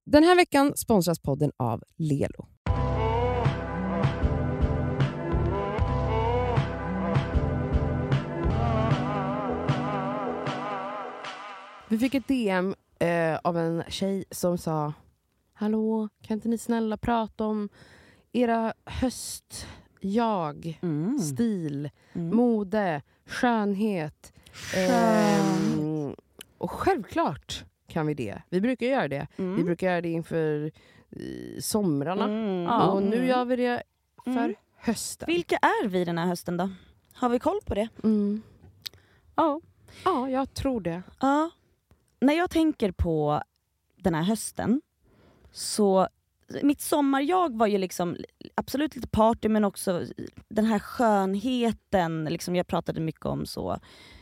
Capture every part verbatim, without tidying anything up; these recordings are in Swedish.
Den här veckan sponsras podden av Lelo. Vi fick ett D M eh, av en tjej som sa: hallå, kan inte ni snälla prata om era höst, jag, mm. stil, mm. mode, skönhet. Eh, och självklart kan vi det. Vi brukar göra det. Mm. Vi brukar göra det inför eh, somrarna. Mm. Ja, och nu gör vi det för mm. hösten. Vilka är vi den här hösten då? Har vi koll på det? Mm. Ja. Ja, jag tror det. Ja. När jag tänker på den här hösten så mitt sommarjag var ju liksom absolut lite party, men också den här skönheten liksom jag pratade mycket om så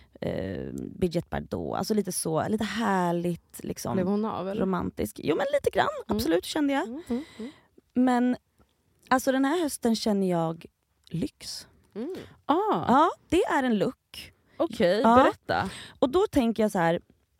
eh, Brigitte Bardot, alltså lite så lite härligt liksom. Blev hon av, eller? Romantisk. Jo, men lite grann, mm. absolut kände jag. Mm, mm, mm. Men alltså den här hösten känner jag lyx. Mm. Ah. Ja, det är en look. Okej, okay, berätta. Och då tänker jag så här.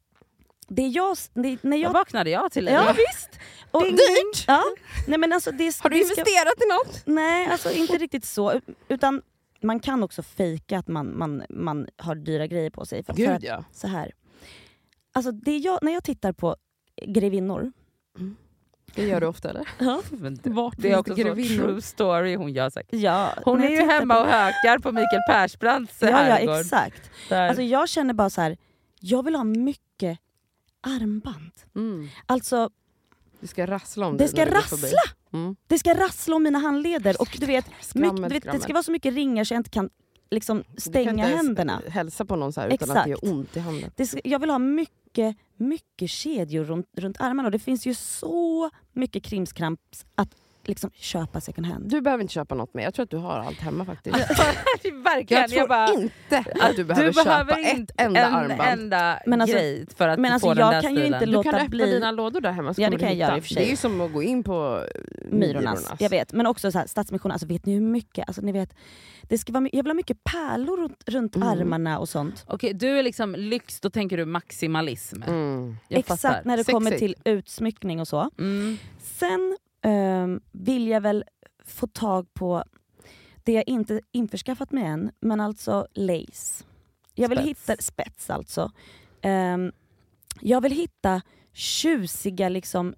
Det jag, det, när jag... Vad vaknade jag till? Ja, visst. Och det är dyrt. Ja. Nej, men alltså, det, har du det investerat ska... i något? Nej, alltså inte riktigt så. Utan man kan också fejka att man, man, man har dyra grejer på sig. För, Gud, för att, ja. Så här. Alltså, det jag, när jag tittar på grevinnor... Mm. Det gör du ofta, eller? Ja. det, Vart det är också så true story. Hon, gör sagt. Ja, hon är ju hemma på... och hökar på Mikael Persbrandts ja, herrgård. Ja, exakt. Alltså, jag känner bara så här. Jag vill ha mycket armband. Mm. Alltså det ska rassla om det ska rassla. Mm. Det ska rassla om mina handleder och du vet, mycket, du vet det ska vara så mycket ringar så jag inte kan liksom stänga du kan inte händerna. Hälsa på någon så här utan Exakt. Att det gör ont i handen. Det ska, jag vill ha mycket mycket kedjor runt, runt armarna och det finns ju så mycket krimskramps att liksom köpa second hand. Du behöver inte köpa något mer. Jag tror att du har allt hemma faktiskt. Verkligen. Jag tror jag bara, inte att du behöver du köpa behöver ett enda en armband. enda men alltså, grej för att men få alltså, den jag där kan stilen. ju inte du låta kan öppna bli... dina lådor där hemma så ja, det kan jag göra i och för sig. Det är ju som att gå in på Myrornas. Myrornas. Jag vet, men också så här, Stadsmissionen, alltså vet ni hur mycket, alltså ni vet, det ska vara, jag vill ha mycket pärlor runt, runt mm. armarna och sånt. Okej, du är liksom lyx, då tänker du maximalism. Mm. Jag Exakt, fattar. när det Sexy. kommer till utsmyckning och så. Mm. Sen um, vill jag väl få tag på det jag inte införskaffat mig än, men alltså lace. Jag vill spets. hitta spets alltså. Um, jag vill hitta tjusiga liksom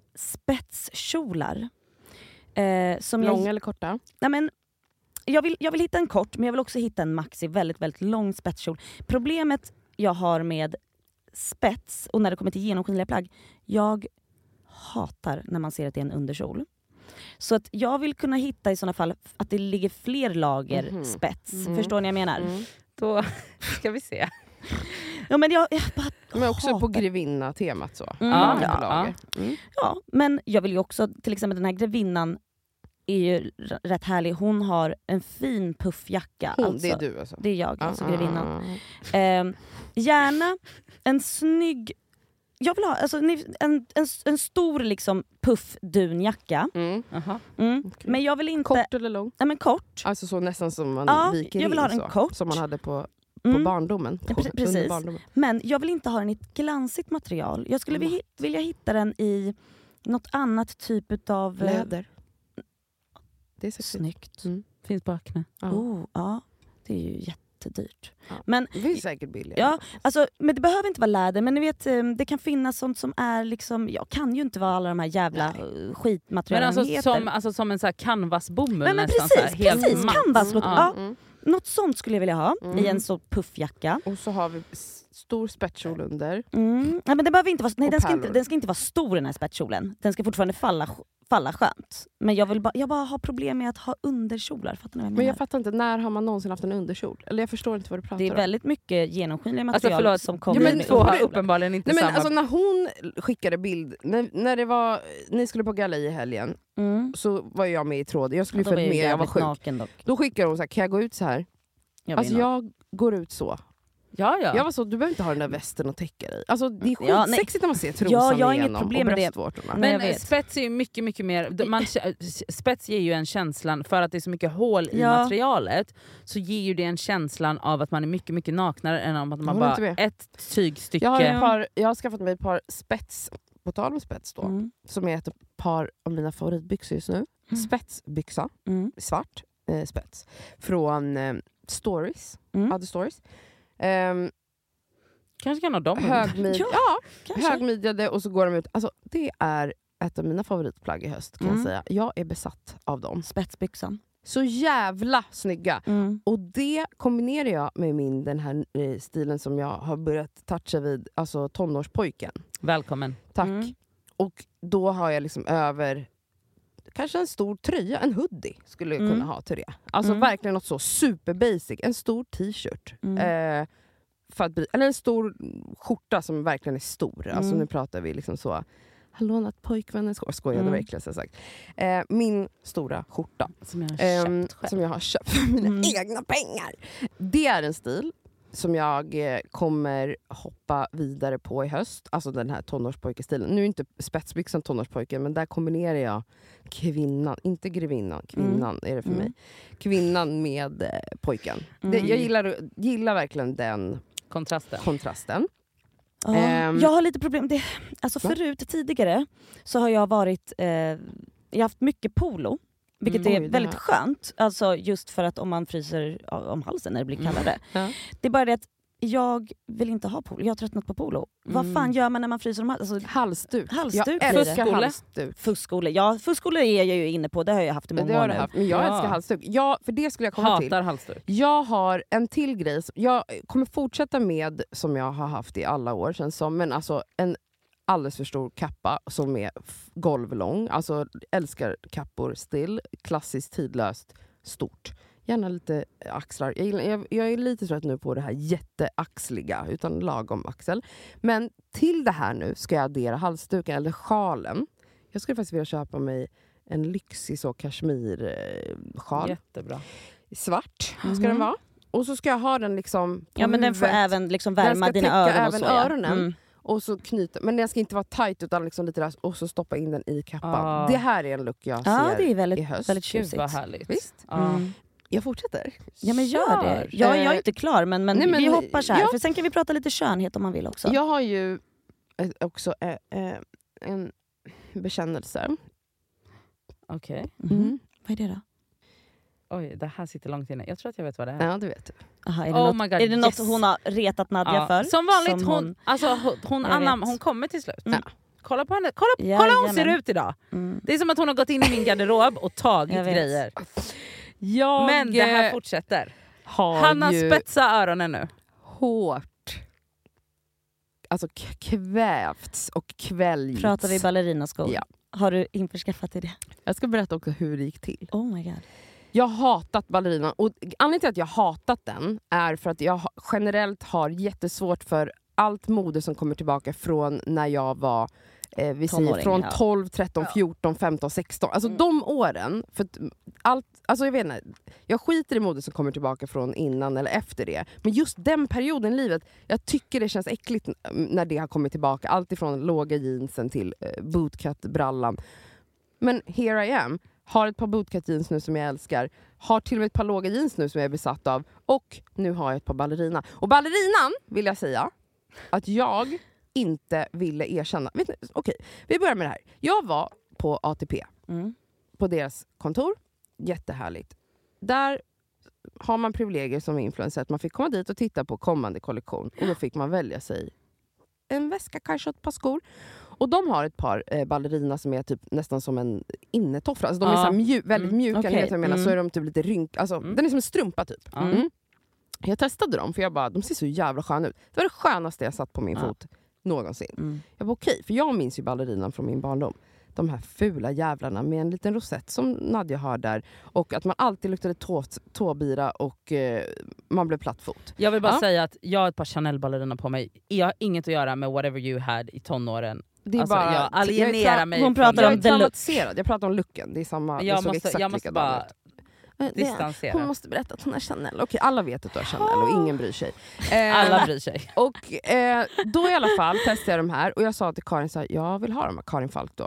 spetskjolar. Uh, som Långa jag, eller korta? Nej, men jag vill, jag vill hitta en kort, men jag vill också hitta en maxi, väldigt, väldigt lång spetskjol. Problemet jag har med spets och när det kommer till genomskinliga plagg, jag hatar när man ser att det är en underkjol. Så att jag vill kunna hitta i såna fall att det ligger fler lager mm-hmm. spets. Mm. Förstår ni vad jag menar? Mm. Då ska vi se. Ja, men jag, jag bara men också hatar. På grevinna-temat så. Mm. Ja, Ja, ja. Mm. ja, men jag vill ju också, till exempel den här grevinnan är ju r- rätt härlig. Hon har en fin puffjacka. Hon, alltså. det är du alltså? Det är jag, alltså ah, grevinnan. Ah, eh, gärna en snygg... Jag vill ha alltså, en, en, en stor liksom, puffdunjacka. Mm. Mm. Okay. Men jag vill inte... Kort eller lång? Nej, men kort. Alltså så nästan som man ja, viker jag vill in, ha en så, kort. som man hade på, på mm. barndomen. På, Pre- precis. barndomen. Men jag vill inte ha den i ett glansigt material. Jag skulle mm. vilja hitta den i något annat typ av... Läder. Det är så snyggt. Mm. Finns på Acne. Ja. Oh, ja, det är ju jättedyrt. Ja. Men, det är säkert billigare. Ja, alltså, men det behöver inte vara läder. Men ni vet, det kan finnas sånt som är liksom... Jag kan ju inte vara alla de här jävla Nej. skitmaterialen men alltså heter. som, alltså som en sån här canvasbomull men, men nästan. Precis, så här, helt precis. matt. Canvas. Mm. Ja. Mm. Något sånt skulle jag vilja ha mm. i en så puffjacka. Och så har vi stor spetskjol under. Mm. Nej, men det behöver inte vara, nej, den, ska pärlor. inte, den ska inte vara stor, den här spetskjolen. Den ska fortfarande falla, falla skönt. Men jag vill ba, jag bara har problem med att ha underkjolar. Fattar ni vad jag menar? Men jag fattar inte, när har man någonsin haft en underkål? Eller jag förstår inte vad du pratar om. Det är väldigt mycket genomskinliga material alltså, förlåt, som kommer. Ja, men två har uppenbarligen inte Nej, men samma... alltså, när hon skickade bild, när, när det var, ni skulle på galla i helgen, mm. så var jag med i tråd. Jag skulle ja, följa med, jag var sjuk. Naken dock. Då skickade hon så här, kan jag gå ut så här? Jag alltså jag går ut så. Ja, ja. Jag var så, du behöver inte ha den där västen och täcka dig. Alltså det är ja, skitsexigt när man ser trosan ja, jag har igenom inget problem och med bröstvårtorna. Men, men spets är ju mycket, mycket mer... Man, spets ger ju en känslan, för att det är så mycket hål i ja. materialet, så ger ju det en känslan av att man är mycket, mycket naknare än om att man bara ett tygstycke. Jag har, ett par, jag har skaffat mig ett par spets på tal om spets då, Mm. som är ett par av mina favoritbyxor just nu. Mm. Spetsbyxa, Mm. svart eh, spets. Från eh, Stories, Mm. Other Stories. Um, Kanske kan ha dem. högmid- Ja, ja, kanske. högmidjade och så går de ut. Alltså, det är ett av mina favoritplagg i höst kan Mm. jag säga. Jag är besatt av dem. Spetsbyxan. Så jävla snygga. Mm. Och det kombinerar jag med min den här eh, stilen som jag har börjat toucha vid, alltså tonårspojken. Välkommen. Tack. Mm. Och då har jag liksom över kanske en stor tröja, en hoodie skulle jag Mm. kunna ha till det. Alltså Mm. verkligen något så super basic. En stor t-shirt. Mm. Eh, för att bli, eller en stor skjorta som verkligen är stor. Alltså Mm. nu pratar vi liksom så. Har lånat pojkvännens skjorta. Skojade Mm. verkligen så sagt. Eh, min stora skjorta. Som jag har Ehm, köpt själv. som jag har köpt för mina Mm. egna pengar. Det är en stil som jag eh, kommer hoppa vidare på i höst. Alltså den här tonårspojkestilen. Nu är inte spetsbyxan tonårspojken, men där kombinerar jag kvinnan, inte grevinnan, kvinnan är det för Mm. mig. Kvinnan med eh, pojken. Mm. Det, jag gillar, gillar verkligen den Kontrasten. kontrasten. Ja, Ehm. jag har lite problem. Det, alltså Va? förut, tidigare, så har jag varit... Eh, jag har haft mycket polo. Vilket Mm. är Oj, det väldigt här- skönt. Alltså just för att om man fryser om halsen när det blir kallare. Ja. Det är bara det att jag vill inte ha polo. Jag har tröttnat på polo. Vad Mm. fan gör man när man fryser om halsen? Alltså, Halsduk. Halsduk jag blir det. älskar Fuskole. halsduk. fuskole. Ja, fuskole är jag ju inne på. Det har jag haft i Men många det har år du nu. haft. Men jag Ja. älskar halsduk. Ja, för det skulle jag komma till. Hatar halsduk. Jag har en till grej. som- Jag kommer fortsätta med som jag har haft i alla år. Känns som, men alltså en alldeles för stor kappa som är f- golvlång. Alltså älskar kappor still. Klassiskt, tidlöst, stort. Gärna lite axlar. Jag, gillar, jag, jag är lite trött nu på det här jätteaxliga, utan lagom axel. Men till det här nu ska jag addera halsduken eller sjalen. Jag skulle faktiskt vilja köpa mig en lyxig så kashmir-sjal. Jättebra. Svart ska Mhm. den vara. Och så ska jag ha den liksom på Ja, men den får huvudet. även liksom Den värma ska dina täcka öron och även så. Ja. öronen. Mm. Och så knyta. Men den ska inte vara tight utan liksom lite där, och så stoppa in den i kappan. Ah. Det här är en look jag Ja, ser det är i väldigt, höst. väldigt Gud tjusigt. vad härligt. Visst? Ja. Mm. Jag fortsätter. Ja, men gör Kör. det. Jag, jag är Eh, inte klar, men, men, nej, men- vi hoppar så här. ja. För sen kan vi prata lite skönhet om man vill också. Jag har ju eh, också eh, eh, en bekännelse. Okej. Mhm. Mm. Vad är det då? Oj, det här sitter långt inne. Jag tror att jag vet vad det är. Ja, det vet du. Aha, är det Oh något, my God, är det något yes. hon har retat Nadja Ja. för? Som vanligt, Som hon, alltså, hon, hon, Jag Anna, vet. hon kommer till slut. Mm. Kolla på henne. Kolla, Ja, kolla hur hon ser jajamän. ut idag. Mm. Det är som att hon har gått in i min garderob och tagit Jag vet. grejer. Jag Men det här eh, fortsätter. har Hanna, ju spetsa öronen nu. hårt alltså k- kvävts och kväljts. Pratar vi ballerinaskor? Ja. Har du införskaffat till det? Jag ska berätta också hur det gick till. Oh my god. Jag har hatat ballerina och anledningen till att jag har hatat den är för att jag ha- generellt har jättesvårt för allt mode som kommer tillbaka från när jag var eh, vi säger Tonåring, från ja. tolv, tretton, fjorton, femton, sexton. Alltså Mm. de åren. För att allt, alltså jag vet inte, jag skiter i mode som kommer tillbaka från innan eller efter det. Men just den perioden i livet, jag tycker det känns äckligt när det har kommit tillbaka. Allt ifrån låga jeansen till eh, bootcut-brallan. Men here I am. Har ett par bootcut jeans nu som jag älskar. Har till och med ett par låga jeans nu som jag är besatt av. Och nu har jag ett par ballerina. Och ballerinan vill jag säga att jag inte ville erkänna. Vet ni, okej, vi börjar med det här. Jag var på A T P. Mm. På deras kontor. Jättehärligt. Där har man privilegier som influencer. Att man fick komma dit och titta på kommande kollektion. Och då fick man välja sig en väska, kanske ett par skor. Och de har ett par eh, ballerina som är typ nästan som en innetoffla. Alltså de är Ja. så här mju- väldigt Mm. mjuka. Okej. Ni vet vad jag menar. Mm. Så är de typ lite rynk. Alltså, Mm. Den är som en strumpa typ. Ja. Mm. Jag testade dem för jag bara, de ser så jävla sköna ut. Det var det skönaste jag satt på min Ja. fot någonsin. Mm. Jag var okej, för jag minns ju ballerinan från min barndom. De här fula jävlarna med en liten rosett som Nadja har där. Och att man alltid luktade tå, tåbira och eh, man blev plattfot. Jag vill bara Ja. säga att jag har ett par Chanel-ballerina på mig. Jag har inget att göra med whatever you had i tonåren. Det är Alltså, bara, jag alienerar jag är tra- mig Hon från pratar Jag om är the look. traumatiserad, jag pratar om looken. Det är samma, det Jag såg måste, exakt jag måste likadan bara ut. Det- distansera. Hon måste berätta att hon har Chanel. Okej, alla vet att du har Chanel och ingen bryr sig. Eh, Alla bryr sig. Och eh, då i alla fall testade jag de här och jag sa till Karin så här, jag vill ha de här, Karin Falk då.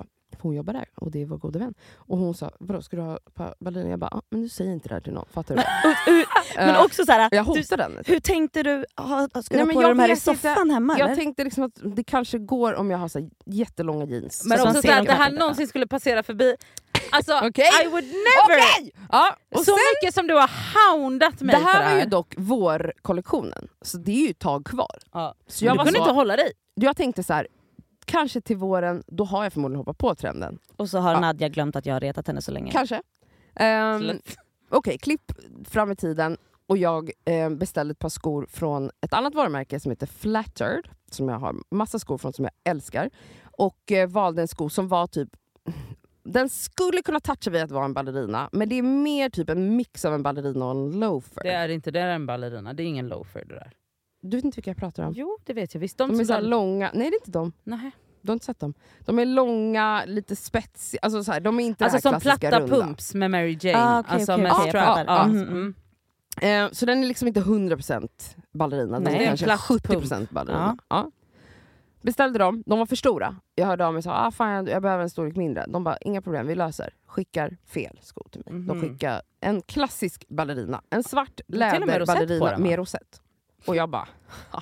för hon jobbar där och det är vår gode vän. Och hon sa, vadå ska du ha på ballerina? Jag bara, ah, men du säger inte det här till någon, fattar du? Men också så här, jag hotade den. Hur tänkte du, ha, ska Nej, du men ha på jag de här i vet inte. soffan hemma? Jag eller? tänkte liksom att det kanske går om jag har så här jättelånga jeans. Men så också man så ser att det dem. här någonsin skulle passera förbi. Alltså, Okej. I would never! Okej! Ja, och Så sen, mycket som du har houndat mig det för här det var här. ju dock vår kollektionen. Så det är ju ett tag kvar. Ja. Så jag Du var kunde så, inte hålla dig. jag tänkte så här, kanske till våren, då har jag förmodligen hoppat på trenden. Och så har Ja. Nadja glömt att jag har retat henne så länge. Kanske. Um, Okej, klipp fram i tiden. Och jag eh, beställde ett par skor från ett annat varumärke som heter Flattered. Som jag har massa skor från som jag älskar. Och eh, valde en sko som var typ... Den skulle kunna toucha vid att vara en ballerina. Men det är mer typ en mix av en ballerina och en loafer. Det är inte, det är en ballerina. Det är ingen loafer det där. Du vet inte vilka jag pratar om? Jo, det vet jag visst. De, De är som så här ball- långa. Nej, det är inte de. Nej. Du har inte sett dem. De är långa, lite spetsiga. Alltså, så här, de är inte Alltså det som här klassiska platta runda. pumps med Mary Jane. Ah, okej, alltså okej, med okej, jag strap. fattar. Ja. Mm, Mm. Eh, så den är liksom inte hundra procent ballerina. Den Nej, är det är en kanske platt sjuttio procent ballerina. Ja. Ja. Beställde dem, de var för stora. Jag hörde av mig och sa ah, fan, jag, jag behöver en storlek mindre. De bara, inga problem, vi löser. Skickar fel sko till mig. De Mhm. skickar en klassisk ballerina. En svart har till och med rosett på läderballerina den, va? med rosett. Och jag bara,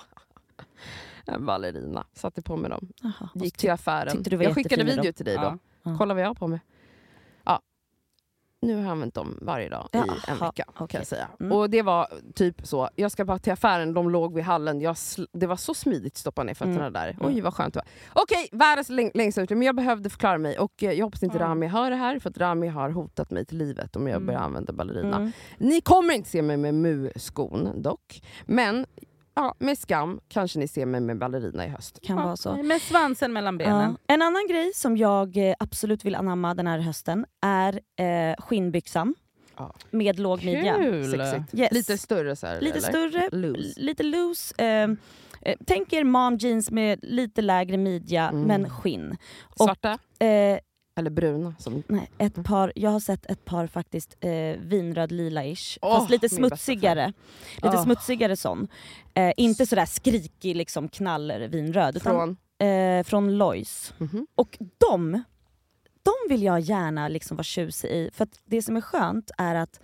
en ballerina. Satte på mig dem. Jaha. Gick till affären. tyckte du var Jag skickade jättefin i video till dig då. Ja. Ja. Kolla vad jag har på mig. Ja. Nu har jag använt dem varje dag i en Jaha, vecka kan okej. jag säga. Mm. Och det var typ så. Jag ska bara till affären, de låg vid hallen. Jag sl- det var så smidigt att stoppa ner fötterna Mm. där. Mm. Oj vad skönt det var. Okej, världens läng- längsta utrymme. Men jag behövde förklara mig. Och eh, jag hoppas inte Mm. Rami hör det här. För att Rami har hotat mig till livet om jag Mm. börjar använda ballerina. Mm. Ni kommer inte se mig med mu-skon dock. Men ja, med skam kanske ni ser mig med ballerina i höst. Kan vara så. Med svansen mellan benen. Ja. En annan grej som jag eh, absolut vill anamma den här hösten är eh, skinnbyxan Ja. med låg midja. Kul! Sexigt. Yes. Lite större så här, Lite eller? större, Loose. lite loose. Eh, eh, tänk er mom jeans med lite lägre midja Mm. men skinn. Och, Svarta Eh, eller bruna. Som... nej, ett par, jag har sett ett par faktiskt eh, vinröd lila-ish. Åh, fast lite min bästa smutsigare. Lite Åh. smutsigare sån. Eh, inte sådär skrikig liksom knaller vinröd. Utan, Från... eh, från Lois. Mhm. Och de, de vill jag gärna liksom vara tjusig i. För att det som är skönt är att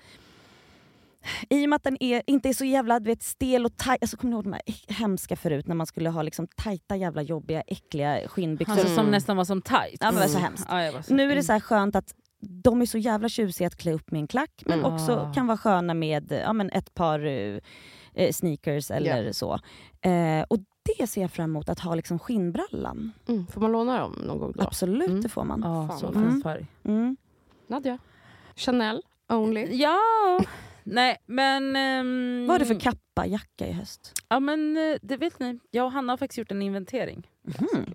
i och med att den är, inte är så jävla du vet, stel och tajt. Alltså, kommer ni ihåg de här äck- hemska förut när man skulle ha liksom tajta jävla jobbiga äckliga skinnbyxor. Alltså Mm. som nästan var som tight. Ja, men det var så Mm. hemskt. Ja, jag var så- Nu är det så här skönt att de är så jävla tjusiga att klä upp med en klack. Men Mm. också Ah. kan vara sköna med ja, men ett par eh, eh, sneakers eller Ja. så. Eh, och det ser jag fram emot, att ha liksom skinnbrallan. Mm. Får man låna dem någon gång då? Absolut, Mm. det får man. Ja, Fan, så vad fin fint. färg. Mm. Nadja? Chanel? Only? Ja, nej men... ehm, Vad är det för kappa, jacka i höst? Ja men eh, det vet ni, jag och Hanna har faktiskt gjort en inventering. Mm.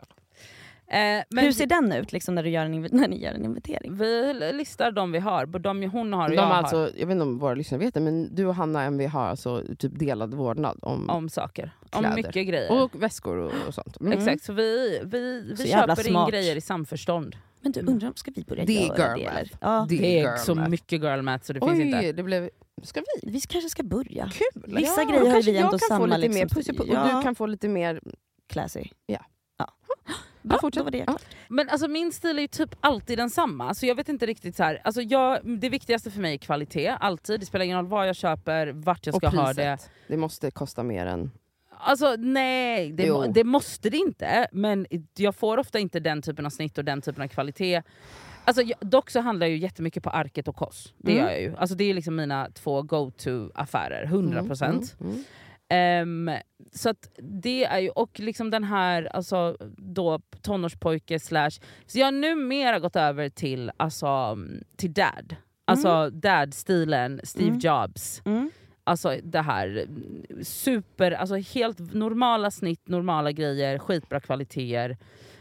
Eh, men Hur ser den ut liksom, när, du gör en, inv- när ni gör en inventering? vi listar de vi har, både de hon har och De jag har har, alltså, jag vet inte om våra lyssnare vet det, men du och Hanna M V har alltså typ delad vårdnad om, om saker. Kläder. Om mycket grejer. och väskor och, och sånt. Mm. Exakt, så vi, vi, Så vi jävla köper in smart. grejer i samförstånd. Men du, undrar, ska vi börja Det är göra girl det? math. Eller? Ja, Det Det är girl så math. mycket girl math så det finns Oj, inte. det blev... Ska vi? vi kanske ska börja. Kul! Vissa Ja, grejer då har kanske vi ändå jag kan samma, få lite liksom, mer puss i puss, och ja. du kan få lite mer... Classy. Ja. ja. Ja, Då var det ja. klart. Men alltså min stil är ju typ alltid densamma. Så jag vet inte riktigt så här. Alltså jag, det viktigaste för mig är kvalitet, alltid. Det spelar ingen roll vad jag köper, vart jag ska Och ha priset. det. Det måste kosta mer än... Alltså nej, det, Jo. det måste det inte. Men jag får ofta inte den typen av snitt och den typen av kvalitet. Alltså, jag, dock så handlar jag ju jättemycket på Arket och Koss. Det Mm. gör jag ju. Alltså, det är liksom mina två go-to-affärer, hundra procent. Mm, mm. Ehm, så att det är ju, och liksom den här alltså, då, tonårspojke slash... Så jag har numera gått över till, alltså, till dad. Alltså dad-stilen, Steve Mm. Jobs. Mm. Alltså det här super, alltså helt normala snitt, normala grejer, skitbra kvaliteter.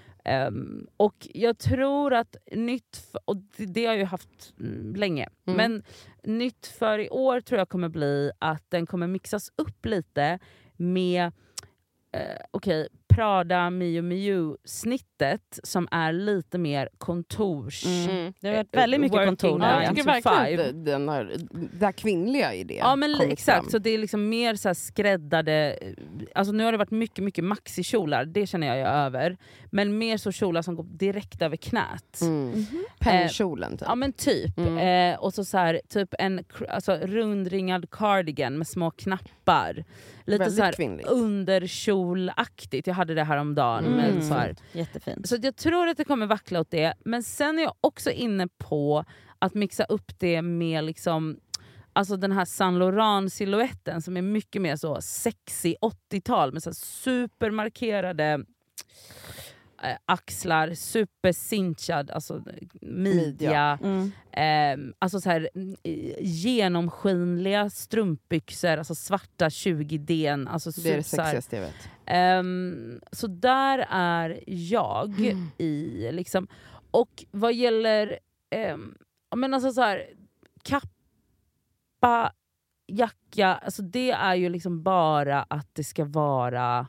Um, och jag tror att nytt, f- och det, det har jag ju haft mm, länge, Mm. men nytt för i år tror jag kommer bli att den kommer mixas upp lite med eh, okej, Prada Miu Miu snittet som är lite mer kontors. Mm. Det har varit väldigt mycket Working kontor Ja, där. jag tycker verkligen att den har, där kvinnliga idé Ja men kommit exakt, fram. så det är liksom mer så här skräddade, alltså nu har det varit mycket mycket maxikjolar, det känner jag ju över. Men mer så kjolar som går direkt över knät. Mm. Mm-hmm. Pennkjolen typ. Ja men typ. Mm. Eh, och så, så här, typ en alltså, rundringad cardigan med små knappar. Lite Väldigt så här kvinnligt. underkjolaktigt. Jag hade det här om dagen Mm. med så här. Jättefint. Så jag tror att det kommer vackla åt det. Men sen är jag också inne på att mixa upp det med liksom, alltså den här Saint Laurent-silhuetten som är mycket mer så sexy åttiotal med så här supermarkerade äh, axlar, supercinchad, alltså midja. Mm. Eh, alltså så här, genomskinliga strumpbyxor, alltså svarta tjugo D. Alltså Det är det så här, sexigaste jag vet. Um, så där är jag Mm. i liksom. Och vad gäller um, men alltså så här, kappa, jacka, alltså det är ju liksom bara att det ska vara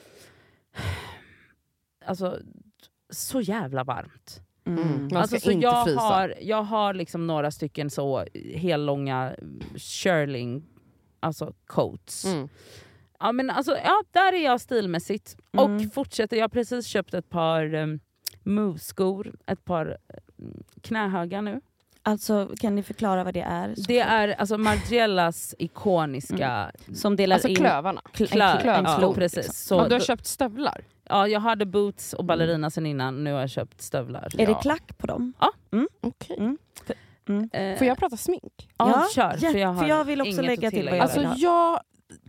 alltså så jävla varmt. Mm. Mm. Man ska Alltså, så inte jag frysa. har, jag har liksom några stycken så hellånga Shirling, alltså coats. Mm. Ja, men alltså, ja, där är jag stilmässigt. Mm. Och fortsätter, jag har precis köpt ett par um, Move-skor, ett par um, knähöga nu. Alltså kan ni förklara vad det är? Det är alltså Margiellas ikoniska Som delar Alltså in klövarna. kl- klö. en, en Ja, klot, precis. liksom. Så, Ja, du har då- köpt stövlar. ja, jag hade boots och ballerina sen innan, nu har jag köpt stövlar. Är det Ja. klack på dem? Okej. Mm. Mm. Eh, Får jag prata smink? Ja, Ja, kör. För jätte- jag, har för jag vill också inget lägga att till vad tillägga. jag Alltså vill ha. jag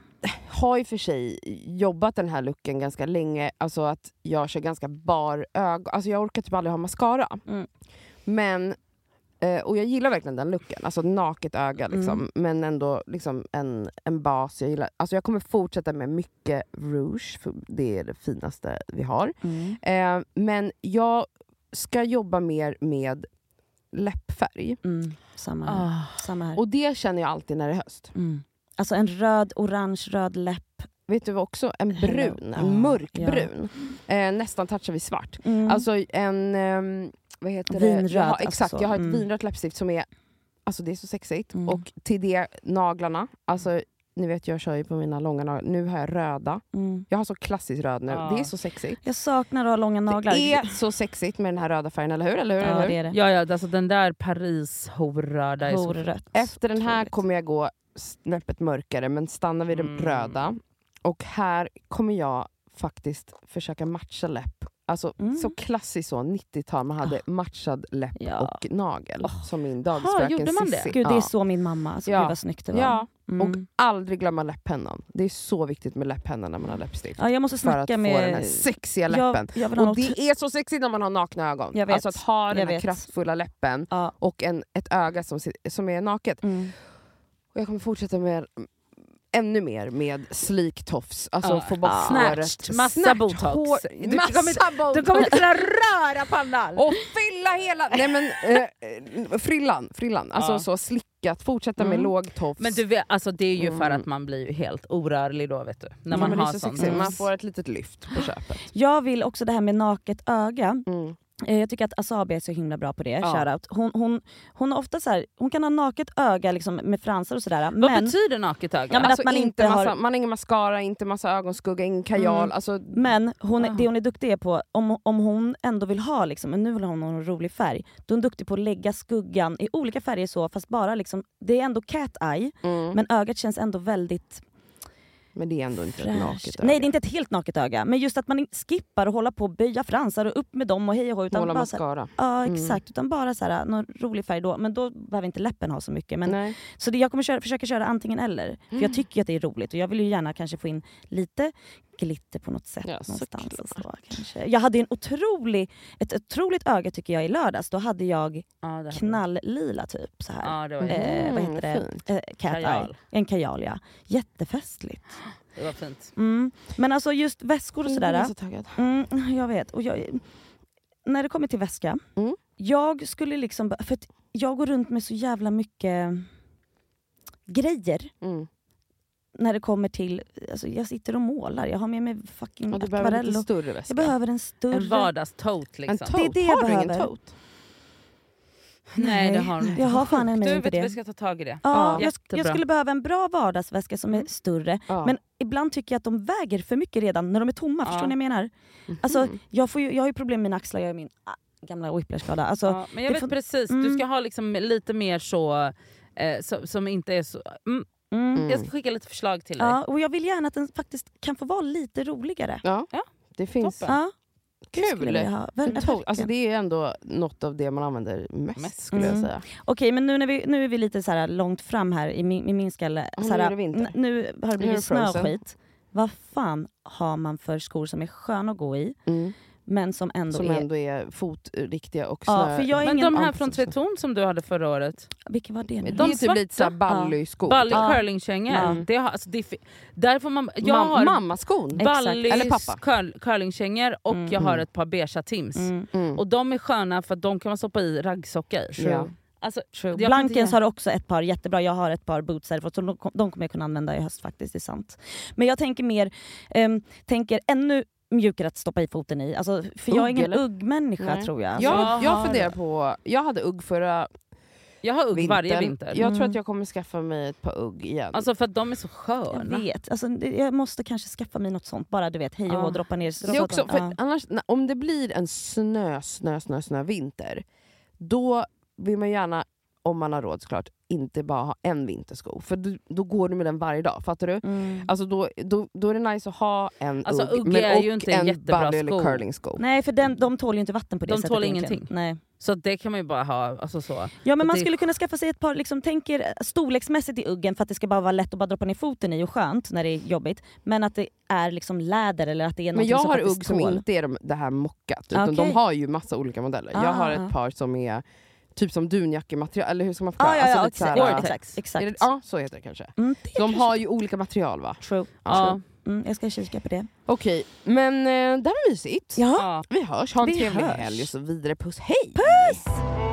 har ju för sig jobbat den här looken ganska länge. Alltså att jag kör ganska bar ögon. Alltså jag orkar typ aldrig ha mascara. Mm. Men, eh, och jag gillar verkligen den looken. Alltså naket öga liksom. Mm. Men ändå liksom en, en bas jag gillar. Alltså jag kommer fortsätta med mycket rouge. För det är det finaste vi har. Mm. Eh, men jag ska jobba mer med läppfärg. Mm. Samma, här. Ah. Samma här. Och det känner jag alltid när det är höst. Mm. Alltså en röd, orange, röd läpp. Vet du vad också? En brun, Ja, en mörkbrun. Eh, nästan touchar vi svart. Mm. Alltså en, ehm, vad heter det? Vinröd, Jag har, alltså exakt, så. jag har ett Mm. vinrött läppstift som är, alltså det är så sexigt. Mm. Och till det naglarna, alltså ni vet jag kör ju på mina långa naglar, nu har jag röda. Mm. Jag har så klassiskt röd nu, Ja. det är så sexigt. Jag saknar att ha långa naglar. Det är så sexigt med den här röda färgen, eller hur? Eller hur? Ja, eller hur? det är det. Ja, ja, alltså den där Paris horröda är så Horrött. Efter den här Otroligt. kommer jag gå snäppet mörkare, men stannar vid Mm. det röda. Och här kommer jag faktiskt försöka matcha läpp. Alltså Mm. så klassiskt så, nittiotal, man hade matchad läpp Ja. och nagel. Oh. Som min dagisfröken gjorde man det? Sissi. Gud, det är Ja. så min mamma. Alltså, Ja. Gud vad snyggt det var. Ja, Mm. och aldrig glömma läpppennan. Det är så viktigt med läpppennan när man har läppstift. Ja, jag måste för att snacka få med... den här sexiga Jag- läppen. jag vill ha Och något- det är så sexigt när man har nakna ögon. Jag vet. Alltså att ha den Jag här vet. kraftfulla läppen Ja. och en, ett öga som, ser- som är naket. Mm. Och jag kommer fortsätta med ännu mer med sleek tofs. Alltså Ja. få bort Snatched. håret. Massa Snatched botox. hår- Du Massa kommer- botox. Du kommer inte kunna röra pannan! Och fylla hela... Nej men eh, frillan, frillan. Alltså Ja. så slickat, fortsätta med Mm. låg tofs. Men du vet, alltså det är ju för Mm. att man blir ju helt orörlig då, vet du. När Ja, man men det är har så sånt. sexigt. Mm. Man får ett litet lyft på köpet. Jag vill också det här med naket öga. Mm. Eh, Jag tycker att Asabi är så himla bra på det. Ja. Shoutout. Hon, hon, hon, är ofta så här, hon kan ha naket öga liksom, med fransar och sådär. Vad Men, betyder naket öga? Ja, men Alltså att man inte inte massa, har- man har ingen mascara, inte massa ögonskugga, ingen kajal. Mm. Alltså, men hon, är- Ah. det hon är duktig är på, om, om hon ändå vill ha, liksom, men nu vill hon ha någon rolig färg, då är hon duktig på att lägga skuggan i olika färger så, fast bara liksom, det är ändå cat eye, mm. men ögat känns ändå väldigt Men det är ändå inte ett fräscht. naket öga. Nej, det är inte ett helt naket öga, men just att man inte skippar och håller på och böja fransar och upp med dem och hej och hå, utan Måla bara så här, mascara. ja Mm. exakt, utan bara så här, någon rolig färg då, men då behöver inte läppen ha så mycket. Men, Nej. så det, jag kommer köra, försöka köra antingen eller, för Mm. jag tycker ju att det är roligt och jag vill ju gärna kanske få in lite glitter på något sätt Ja, någonstans. Och så, såklart. kanske. Jag hade en otrolig, ett otroligt öga tycker jag i lördags, då hade jag Ja, det här- knalllila typ så här. Ja, det var, Eh, vad Mm, heter det? fint. Eh, cat Kajal. eye. En kajal, ja. Jättefestligt. det var fint. Mm. Men alltså just väskor och Jag är sådär. så taggad. Mm, jag vet. Och jag, när det kommer till väska, Mm. jag skulle liksom... För att jag går runt med så jävla mycket grejer. Mm. när det kommer till, alltså jag sitter och målar, jag har med mig fucking Ja, du behöver akvarell. lite Och, större väska. jag behöver en större. En vardagstote liksom. En tote? Det är det jag har du ingen behöver. tote? Nej, det har du inte. Jag har fan en Du, mig vet för du, det. vi ska ta tag i det. Ja, Ja, jag, jag jättebra. skulle behöva en bra vardagsväska som är större. Ja. Men ibland tycker jag att de väger för mycket redan när de är tomma. Förstår Ja. ni vad jag menar? Mhm. Alltså, jag, får ju, jag har ju problem med mina axlar, jag har min ah, gamla whiplash-skada. Alltså, Ja, men jag det vet får- precis, Mm. du ska ha liksom lite mer så, eh, så som inte är så... Mm. mm. Mm. Jag ska skicka lite förslag till dig. Ja, och jag vill gärna att den faktiskt kan få vara lite roligare. Ja, Ja, det finns. toppen. Ja, det skulle jag vilja Kul! ha. Ver- En tote, alltså verkligen. det är ändå något av det man använder mest, Mest. skulle Mm. jag säga. Okej, men nu, när vi, nu är vi lite så här långt fram här i min, i min skalle. Ja, Så nu här, är det vinter. n- nu har det är blivit det snö och frozen. skit. Vad fan har man för skor som är sköna att gå i, Mm. men som ändå Som är... ändå är fotriktiga och snö. Ja, för jag är Men ingen... de här Ja, från precis. Tretorn som du hade förra året, Vilka var det nu? det de är typ lite såhär svarta. ballyskor. Ballig Ja. curlingkängor. Ja. Det har, alltså, det är fi- där får man, jag Mam- har mammaskon. Exakt. Ballys Eller pappa. curl, curlingkängor och Mm. jag har ett par beiga Tims. Mm, Mm. Och de är sköna för att de kan man stoppa i raggsockor. Ja. Alltså, true. jag kan Blankens inte ge- har också ett par jättebra, jag har ett par boots härifrån, så de, kom- de kommer jag kunna använda i höst faktiskt, det är sant. Men jag tänker mer, ehm, tänker ännu mjukare att stoppa i foten i. Alltså, för jag är Ugg, ingen eller? ugg-människa Nej. tror jag. Jag, jag jag har- funderar på, jag hade ugg förra jag har ugg vintern. varje vinter. Jag tror Mm. att jag kommer skaffa mig ett par ugg igen. Alltså för att de är så Jag sköna. vet, alltså, det- jag måste kanske skaffa mig något sånt, bara du vet, hej och Ja. hå, droppa ner. det är också, för Ja. annars, när- om det blir en snö, snö, snö, snö vinter, då vill man gärna, om man har råd såklart, inte bara ha en vintersko. För då, då går du med den varje dag, fattar du? Mm. Alltså då, då, då är det nice att ha en Alltså, ugg, ugg men är och ju inte en en jättebra bally eller sko. curlingsko. Nej, för den, de tål ju inte vatten på det De sättet tål egentligen. ingenting. Nej. Så det kan man ju bara ha. Alltså så. Ja, men Och man det- skulle kunna skaffa sig ett par, liksom, tänker storleksmässigt i uggen för att det ska bara vara lätt att bara droppa ner foten i och skönt när det är jobbigt. Men att det är liksom läder eller att det är Men något jag som har faktiskt ugg som tål. inte är de, det här mockat, utan Okej. de har ju massa olika modeller. Ah. Jag har ett par som är typ som dunjackematerial, eller hur ska man förklara? Ah, ja, ja, Alltså lite exakt. såhär, exakt, exakt. är det, ja, så heter det kanske. Mm, det De kanske- har ju olika material va? True. Ja. Mm, jag ska kika på det. Okej, men eh, det här var mysigt. Ja, Ja. Vi hörs, ha en Vi trevlig hörs. helg och så vidare. Puss, hej! puss!